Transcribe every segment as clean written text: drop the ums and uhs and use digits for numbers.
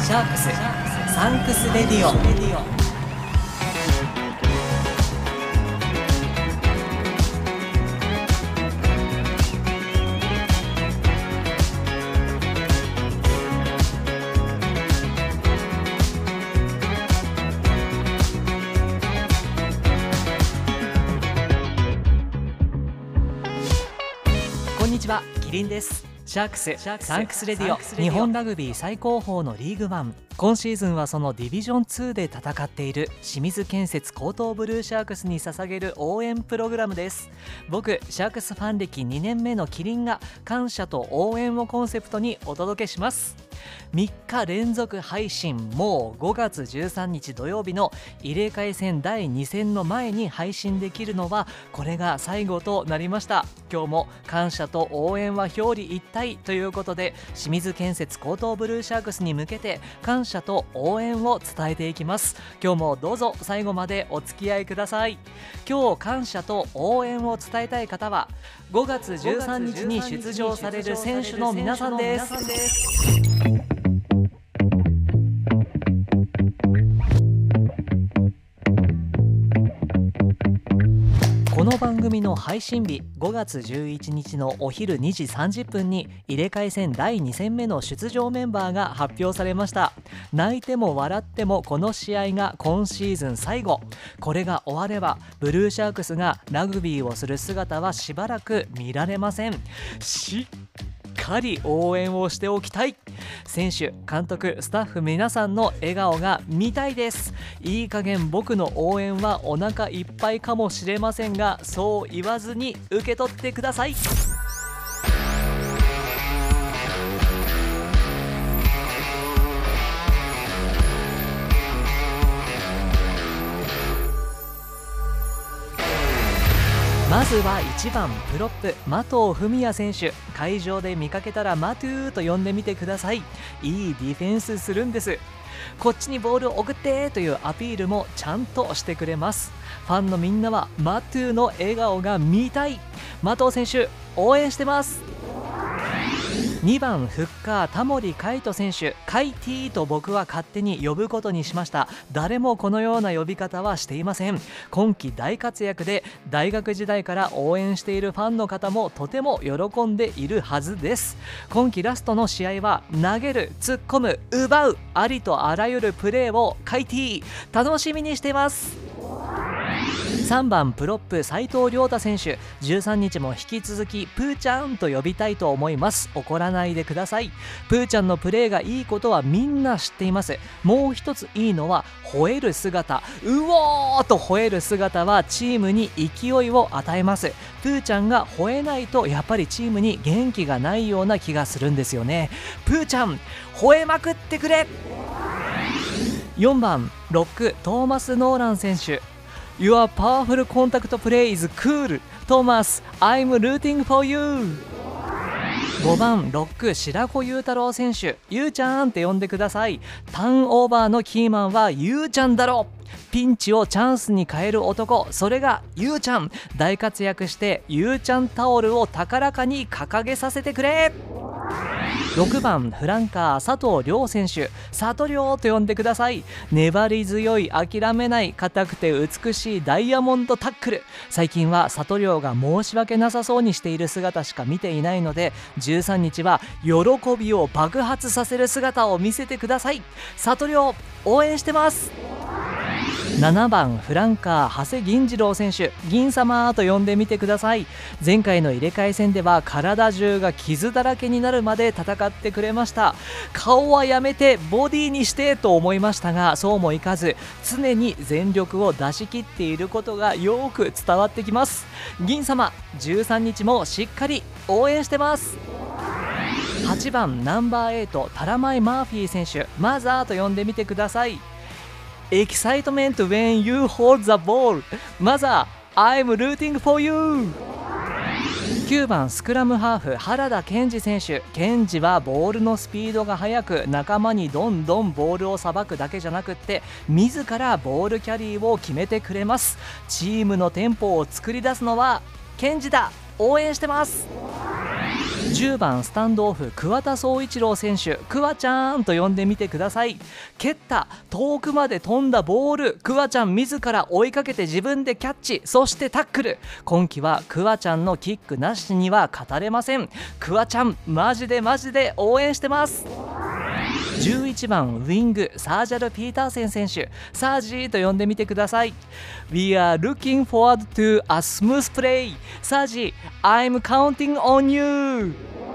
シャークスサンクスレディオ。こんにちは、キリンです。シャークスサンクスレディオ、日本ラグビー最高峰のリーグワン。今シーズンはそのディビジョン2で戦っている清水建設高等ブルーシャークスに捧げる応援プログラムです。僕シャークスファン歴2年目のキリンが感謝と応援をコンセプトにお届けします。3日連続配信、もう5月13日土曜日の入れ替え戦第2戦の前に配信できるのはこれが最後となりました。今日も感謝と応援は表裏一体ということで、清水建設高等ブルーシャークスに向けて感謝と応援を伝えていきます。今日もどうぞ最後までお付き合いください。今日感謝と応援を伝えたい方は5月13日に出場される選手の皆さんです。この番組の配信日5月11日のお昼2時30分に入れ替え戦第2戦目の出場メンバーが発表されました。泣いても笑ってもこの試合が今シーズン最後。これが終わればブルーシャークスがラグビーをする姿はしばらく見られません。しっかり応援をしておきたい。選手、監督、スタッフ皆さんの笑顔が見たいです。いい加減僕の応援はお腹いっぱいかもしれませんが、そう言わずに受け取ってください。まずは1番プロップ麻藤文也選手。会場で見かけたらマトゥーと呼んでみてください。いいディフェンスするんです。こっちにボールを送ってというアピールもちゃんとしてくれます。ファンのみんなはマトゥーの笑顔が見たい。麻藤選手応援してます。2番フッカー田森海斗選手。カイティと僕は勝手に呼ぶことにしました。誰もこのような呼び方はしていません。今季大活躍で大学時代から応援しているファンの方もとても喜んでいるはずです。今季ラストの試合は投げる、突っ込む、奪う、ありとあらゆるプレーをカイティ楽しみにしています。3番プロップ斉藤亮太選手。13日も引き続きプーちゃんと呼びたいと思います。怒らないでください。プーちゃんのプレーがいいことはみんな知っています。もう一ついいのは吠える姿。うおーと吠える姿はチームに勢いを与えます。プーちゃんが吠えないとやっぱりチームに元気がないような気がするんですよね。プーちゃん吠えまくってくれ。4番ロックトーマス・ノーラン選手。Your powerful contact play is cool. Thomas, I'm rooting for you. 5番ロック白子優太郎選手。ゆうちゃんって呼んでください。ターンオーバーのキーマンはゆうちゃんだろ。ピンチをチャンスに変える男、それがゆうちゃん。大活躍してゆうちゃんタオルを高らかに掲げさせてくれ。6番フランカー佐藤亮選手。佐藤亮と呼んでください。粘り強い、諦めない、硬くて美しいダイヤモンドタックル。最近は佐藤亮が申し訳なさそうにしている姿しか見ていないので、13日は喜びを爆発させる姿を見せてください。佐藤亮応援してます。7番フランカー長谷銀次郎選手。銀様と呼んでみてください。前回の入れ替え戦では体中が傷だらけになるまで戦ってくれました。顔はやめてボディにしてと思いましたが、そうもいかず常に全力を出し切っていることがよく伝わってきます。銀様13日もしっかり応援してます。8番ナンバー8タラマイ・マーフィー選手。マザーと呼んでみてください。Excitement when you hold the ball. Mother, I'm rooting for you. 9番スクラムハーフ原田健二選手。健二はボールのスピードが速く、仲間にどんどんボールをさばくだけじゃなくって自らボールキャリーを決めてくれます。チームのテンポを作り出すのは健二だ。応援してます。 10番スタンドオフ桑田宗一郎選手、クワちゃんと呼んでみてください。蹴った遠くまで飛んだボール、クワちゃん自ら追いかけて自分でキャッチ、そしてタックル。今季はクワちゃんのキックなしには語れません。クワちゃんマジで応援してます。11番ウィングサージャル・ピーターセン選手、サージーと呼んでみてください。 We are looking forward to a smooth play サージー I'm counting on you。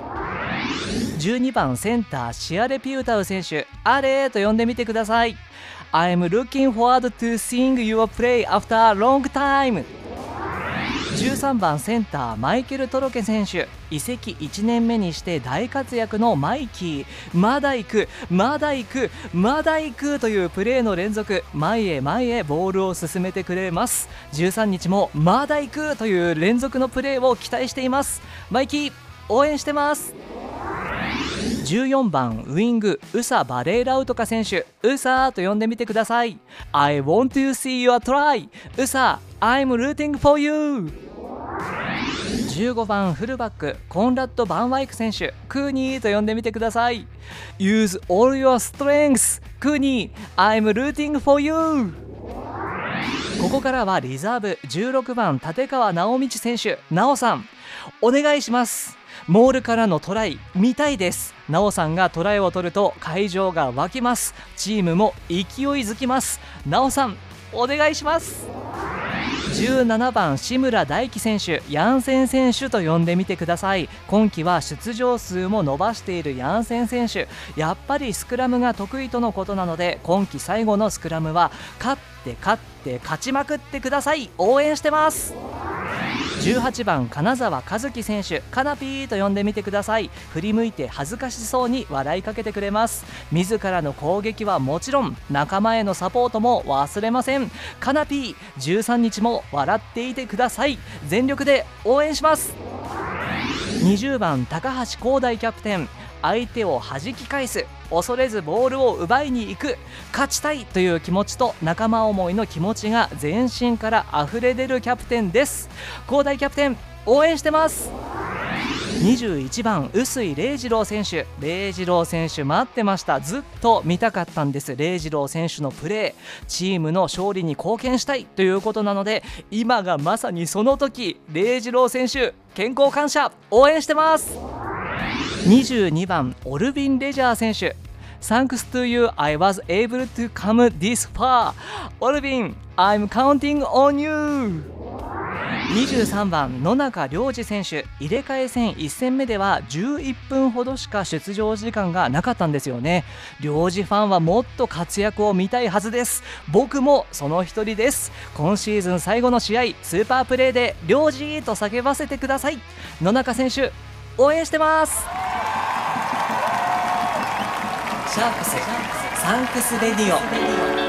12番センターシアレ・ピウタウ選手、アレーと呼んでみてください。 I'm looking forward to seeing your play after a long time。13番センターマイケル・トロケ選手、移籍1年目にして大活躍のマイキー、まだ行くというプレーの連続、前へボールを進めてくれます。13日もまだ行くという連続のプレーを期待しています。マイキー応援してます。14番ウィングウサ・バレーラウトカ選手、ウサと呼んでみてください。 I want to see your try ウサ I'm rooting for you。 15番フルバックコンラッド・バンワイク選手、クーニーと呼んでみてください。 Use all your strengths クーニー I'm rooting for you。 ここからはリザーブ16番立川直道選手、直さんお願いします。モールからのトライ見たいです。なおさんがトライを取ると会場が沸きます。チームも勢いづきます。なおさんお願いします。17番志村大樹選手、ヤンセン選手と呼んでみてください。今季は出場数も伸ばしているヤンセン選手、やっぱりスクラムが得意とのことなので、今季最後のスクラムは勝ちまくってください。応援してます。18番金沢和樹選手、カナピーと呼んでみてください。振り向いて恥ずかしそうに笑いかけてくれます。自らの攻撃はもちろん仲間へのサポートも忘れません。カナピー13日も笑っていてください。全力で応援します。20番高橋光大キャプテン、相手を弾き返す、恐れずボールを奪いに行く、勝ちたいという気持ちと仲間思いの気持ちが全身から溢れ出るキャプテンです。光大キャプテン応援してます。21番臼井礼二郎選手、礼二郎選手待ってました。ずっと見たかったんです。礼二郎選手のプレー、チームの勝利に貢献したいということなので、今がまさにその時。礼二郎選手健康感謝応援してます。22番オルビン・レジャー選手、 Thanks to you I was able to come this far オルビン I'm counting on you。 23番野中良二選手、入れ替え戦1戦目では11分ほどしか出場時間がなかったんですよね。良二ファンはもっと活躍を見たいはずです。僕もその一人です。今シーズン最後の試合スーパープレーで良二と叫ばせてください。野中選手応援してます。シャークスサンクスレディオ。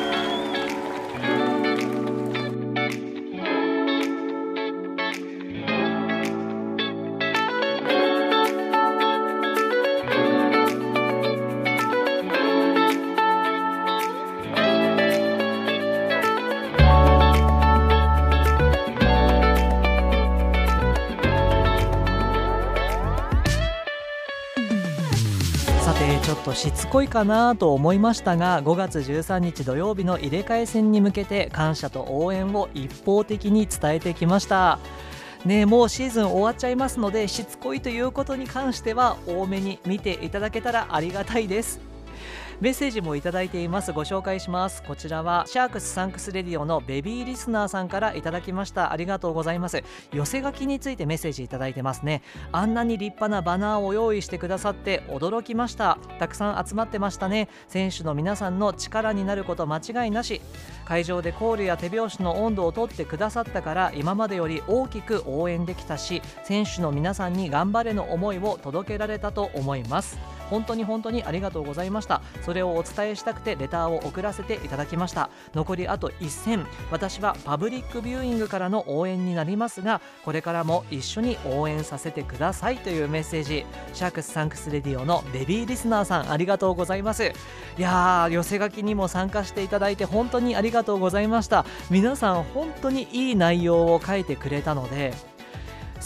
ちょっとしつこいかなと思いましたが、5月13日土曜日の入れ替え戦に向けて感謝と応援を一方的に伝えてきましたね。もうシーズン終わっちゃいますので、しつこいということに関しては多めに見ていただけたらありがたいです。メッセージもいただいています。ご紹介します。こちらはシャークスサンクスレディオのベビーリスナーさんからいただきました。ありがとうございます。寄せ書きについてメッセージいただいてますね。あんなに立派なバナーを用意してくださって驚きました。たくさん集まってましたね。選手の皆さんの力になること間違いなし。会場でコールや手拍子の温度をとってくださったから今までより大きく応援できたし、選手の皆さんに頑張れの思いを届けられたと思います。本当にありがとうございました。それをお伝えしたくてレターを送らせていただきました。残りあと1戦、私はパブリックビューイングからの応援になりますが、これからも一緒に応援させてくださいというメッセージ。シャークスサンクスレディオのベビーリスナーさん、ありがとうございます。いやー、寄せ書きにも参加していただいて本当にありがとうございました。皆さん本当にいい内容を書いてくれたので、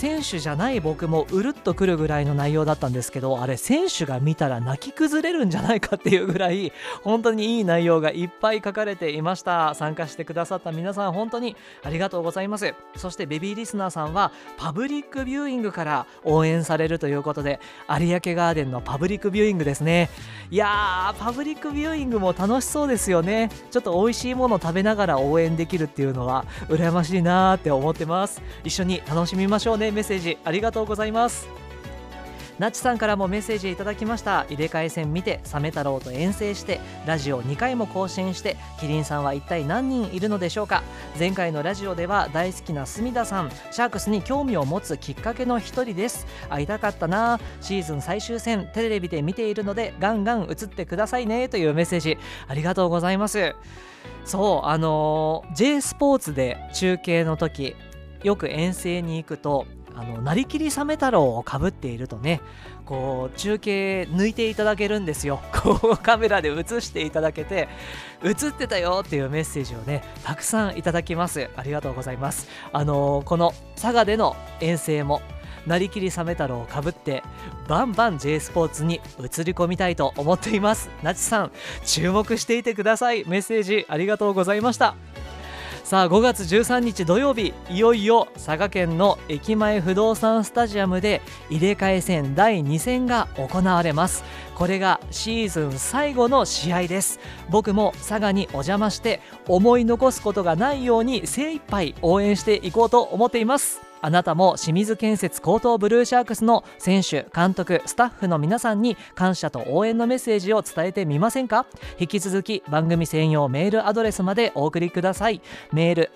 選手じゃない僕もうるっとくるぐらいの内容だったんですけど、あれ選手が見たら泣き崩れるんじゃないかっていうぐらい本当にいい内容がいっぱい書かれていました。参加してくださった皆さん本当にありがとうございます。そしてベビーリスナーさんはパブリックビューイングから応援されるということで、有明ガーデンのパブリックビューイングですね。いやー、パブリックビューイングも楽しそうですよね。ちょっと美味しいもの食べながら応援できるっていうのは羨ましいなーって思ってます。一緒に楽しみましょうね。メッセージありがとうございます。なちさんからもメッセージいただきました。入れ替え戦見てサメ太郎と遠征してラジオ2回も更新してキリンさんは一体何人いるのでしょうか。前回のラジオでは大好きな隅田さん、シャークスに興味を持つきっかけの一人です。会いたかったな。シーズン最終戦テレビで見ているのでガンガン映ってくださいねというメッセージありがとうございます。そう、J スポーツで中継の時よく遠征に行くとなりきりサメ太郎をかぶっているとね、こう中継抜いていただけるんですよ。こうカメラで映していただけて、映ってたよっていうメッセージをねたくさんいただきます。ありがとうございます。この佐賀での遠征もなりきりサメ太郎をかぶってバンバン J スポーツに映り込みたいと思っています。なちさん注目していてください。メッセージありがとうございました。さあ5月13日土曜日、いよいよ佐賀県の駅前不動産スタジアムで入れ替え戦第2戦が行われます。これがシーズン最後の試合です。僕も佐賀にお邪魔して思い残すことがないように精一杯応援していこうと思っています。あなたも清水建設高等ブルーシャークスの選手、監督、スタッフの皆さんに感謝と応援のメッセージを伝えてみませんか。引き続き番組専用メールアドレスまでお送りください。メール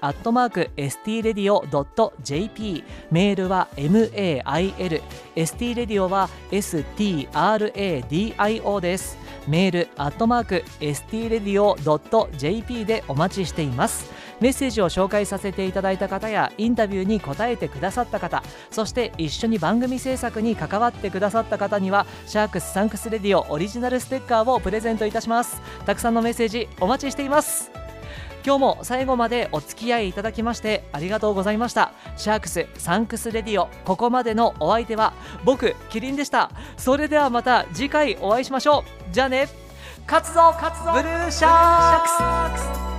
@stradio.jp、 メールは mail、 stradio は stradio です。メール@stradio.jp でお待ちしています。メッセージを紹介させていただいた方やインタビューに答えてくださった方、そして一緒に番組制作に関わってくださった方にはシャークスサンクスレディオオリジナルステッカーをプレゼントいたします。たくさんのメッセージお待ちしています。今日も最後までお付き合いいただきましてありがとうございました。シャークスサンクスレディオ、ここまでのお相手は僕キリンでした。それではまた次回お会いしましょう。じゃあね、勝つぞブルーシャークス。